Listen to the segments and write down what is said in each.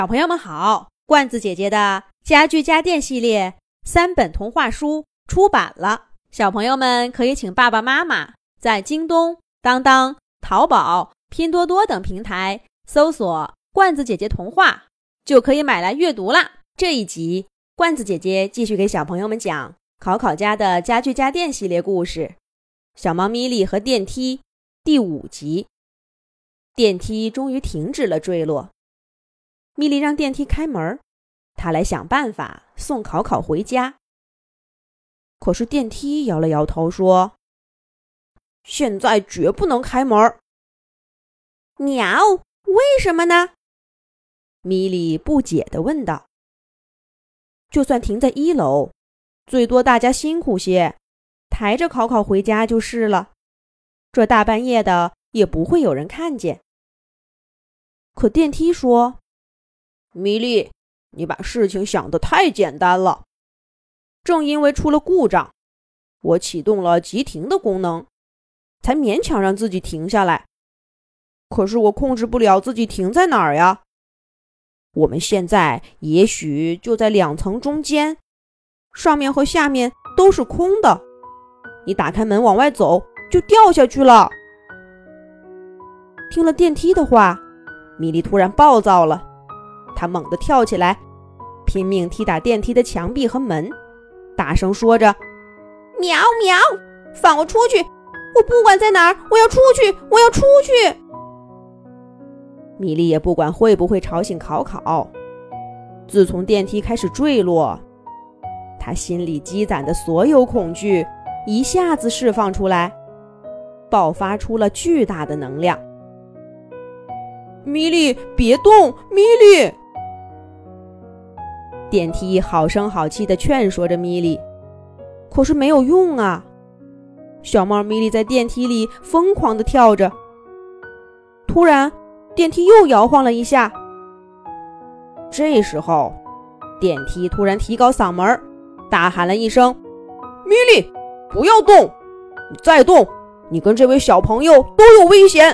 小朋友们好，罐子姐姐的家具家电系列3本童话书出版了，小朋友们可以请爸爸妈妈在京东、当当、淘宝、拼多多等平台搜索罐子姐姐童话，就可以买来阅读啦。这一集罐子姐姐继续给小朋友们讲考考家的家具家电系列故事，小猫咪莉和电梯第5集。电梯终于停止了坠落，咪莉让电梯开门，她来想办法送考考回家。可是电梯摇了摇头说，现在绝不能开门。喵，为什么呢？咪莉不解地问道。就算停在1楼，最多大家辛苦些，抬着考考回家就是了，这大半夜的也不会有人看见。可电梯说，咪莉，你把事情想得太简单了。正因为出了故障，我启动了急停的功能，才勉强让自己停下来。可是我控制不了自己停在哪儿呀。我们现在也许就在2层中间，上面和下面都是空的。你打开门往外走，就掉下去了。听了电梯的话，咪莉突然暴躁了，她猛地跳起来，拼命踢打电梯的墙壁和门，大声说着，喵喵，放我出去，我不管在哪儿，我要出去，我要出去。咪莉也不管会不会吵醒考考，自从电梯开始坠落，她心里积攒的所有恐惧一下子释放出来，爆发出了巨大的能量。咪莉，别动，咪莉！电梯好声好气地劝说着咪莉，可是没有用啊。小猫咪莉在电梯里疯狂地跳着。突然，电梯又摇晃了一下。这时候，电梯突然提高嗓门，大喊了一声，咪莉，不要动！你再动，你跟这位小朋友都有危险！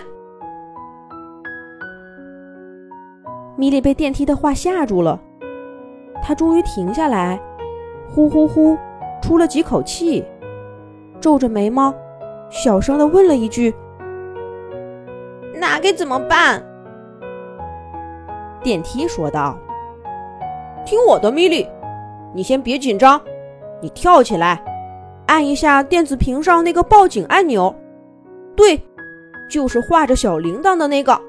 咪莉被电梯的话吓住了，她终于停下来，呼呼呼出了几口气，皱着眉毛，小声地问了一句，那该怎么办？电梯说道，听我的，咪莉，你先别紧张，你跳起来，按一下电子屏上那个报警按钮，对，就是画着小铃铛的那个。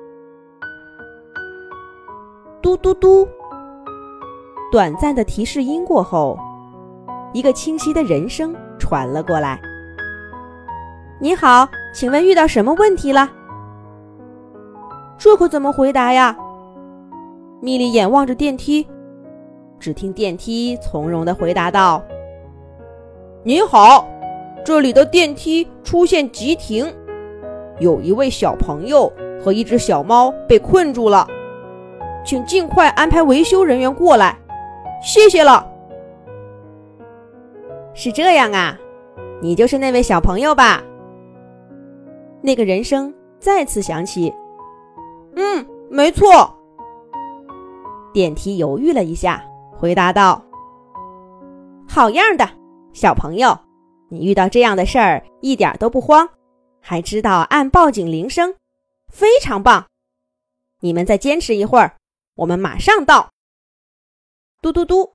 嘟嘟嘟，短暂的提示音过后，一个清晰的人声传了过来。你好，请问遇到什么问题了？这可怎么回答呀？咪莉眼望着电梯，只听电梯从容地回答道，您好，这里的电梯出现急停，有一位小朋友和一只小猫被困住了，请尽快安排维修人员过来，谢谢了。是这样啊，你就是那位小朋友吧？那个人声再次响起。没错。电梯犹豫了一下，回答道，好样的，小朋友，你遇到这样的事儿一点都不慌，还知道按报警铃声，非常棒。你们再坚持一会儿，我们马上到。嘟嘟嘟，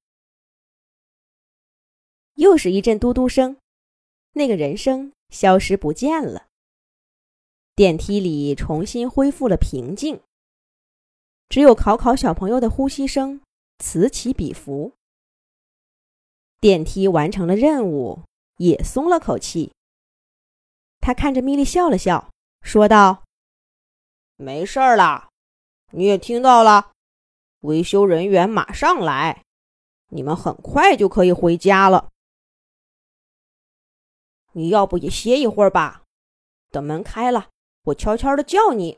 又是一阵嘟嘟声，那个人声消失不见了。电梯里重新恢复了平静，只有考考小朋友的呼吸声此起彼伏。电梯完成了任务，也松了口气。他看着咪莉笑了笑，说道，没事儿啦，你也听到了，维修人员马上来，你们很快就可以回家了。你要不也歇一会儿吧，等门开了，我悄悄地叫你。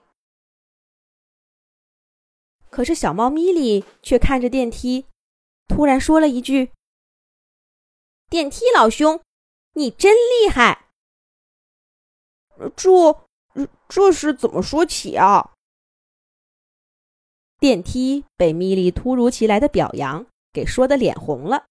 可是小猫咪莉却看着电梯，突然说了一句，电梯老兄，你真厉害。这是怎么说起啊？ 电梯被米莉突如其来的表扬给说得脸红了。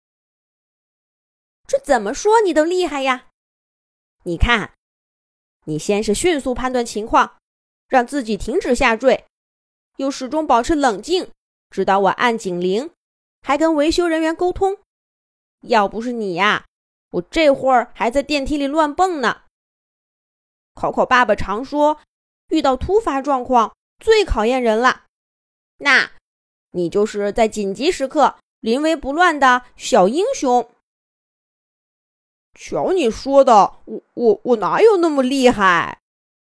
这怎么说你都厉害呀！你看，你先是迅速判断情况，让自己停止下坠，又始终保持冷静，直到我按警铃，还跟维修人员沟通。要不是你呀，我这会儿还在电梯里乱蹦呢。考考爸爸常说，遇到突发状况最考验人了。那你就是在紧急时刻临危不乱的小英雄。 瞧你说的，我哪有那么厉害？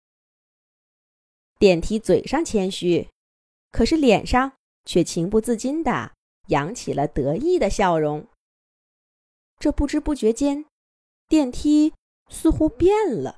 电梯嘴上谦虚，可是脸上却情不自禁地扬起了得意的笑容。这不知不觉间，电梯似乎变了。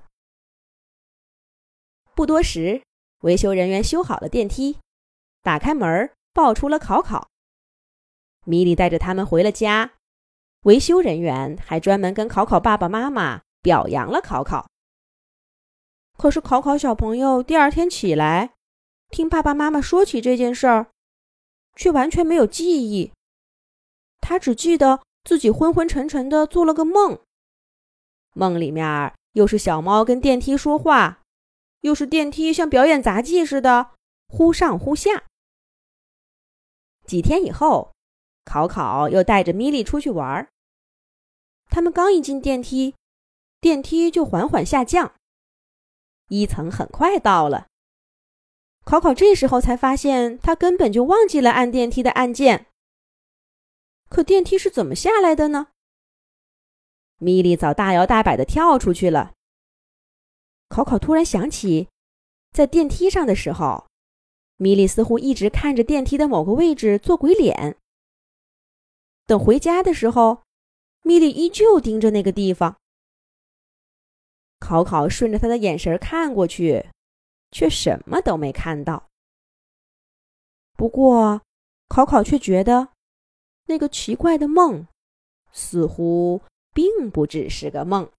不多时，维修人员修好了电梯，打开门，抱出了考考。米莉带着他们回了家，维修人员还专门跟考考爸爸妈妈表扬了考考。可是考考小朋友第二天起来，听爸爸妈妈说起这件事儿，却完全没有记忆。他只记得自己昏昏沉沉的做了个梦，梦里面又是小猫跟电梯说话，又是电梯像表演杂技似的忽上忽下。几天以后，考考又带着米莉出去玩。他们刚一进电梯，电梯就缓缓下降，1层很快到了。考考这时候才发现，他根本就忘记了按电梯的按键。可电梯是怎么下来的呢？米莉早大摇大摆地跳出去了。考考突然想起，在电梯上的时候，米莉似乎一直看着电梯的某个位置做鬼脸。等回家的时候，米莉依旧盯着那个地方。考考顺着他的眼神看过去，却什么都没看到。不过，考考却觉得那个奇怪的梦似乎并不只是个梦。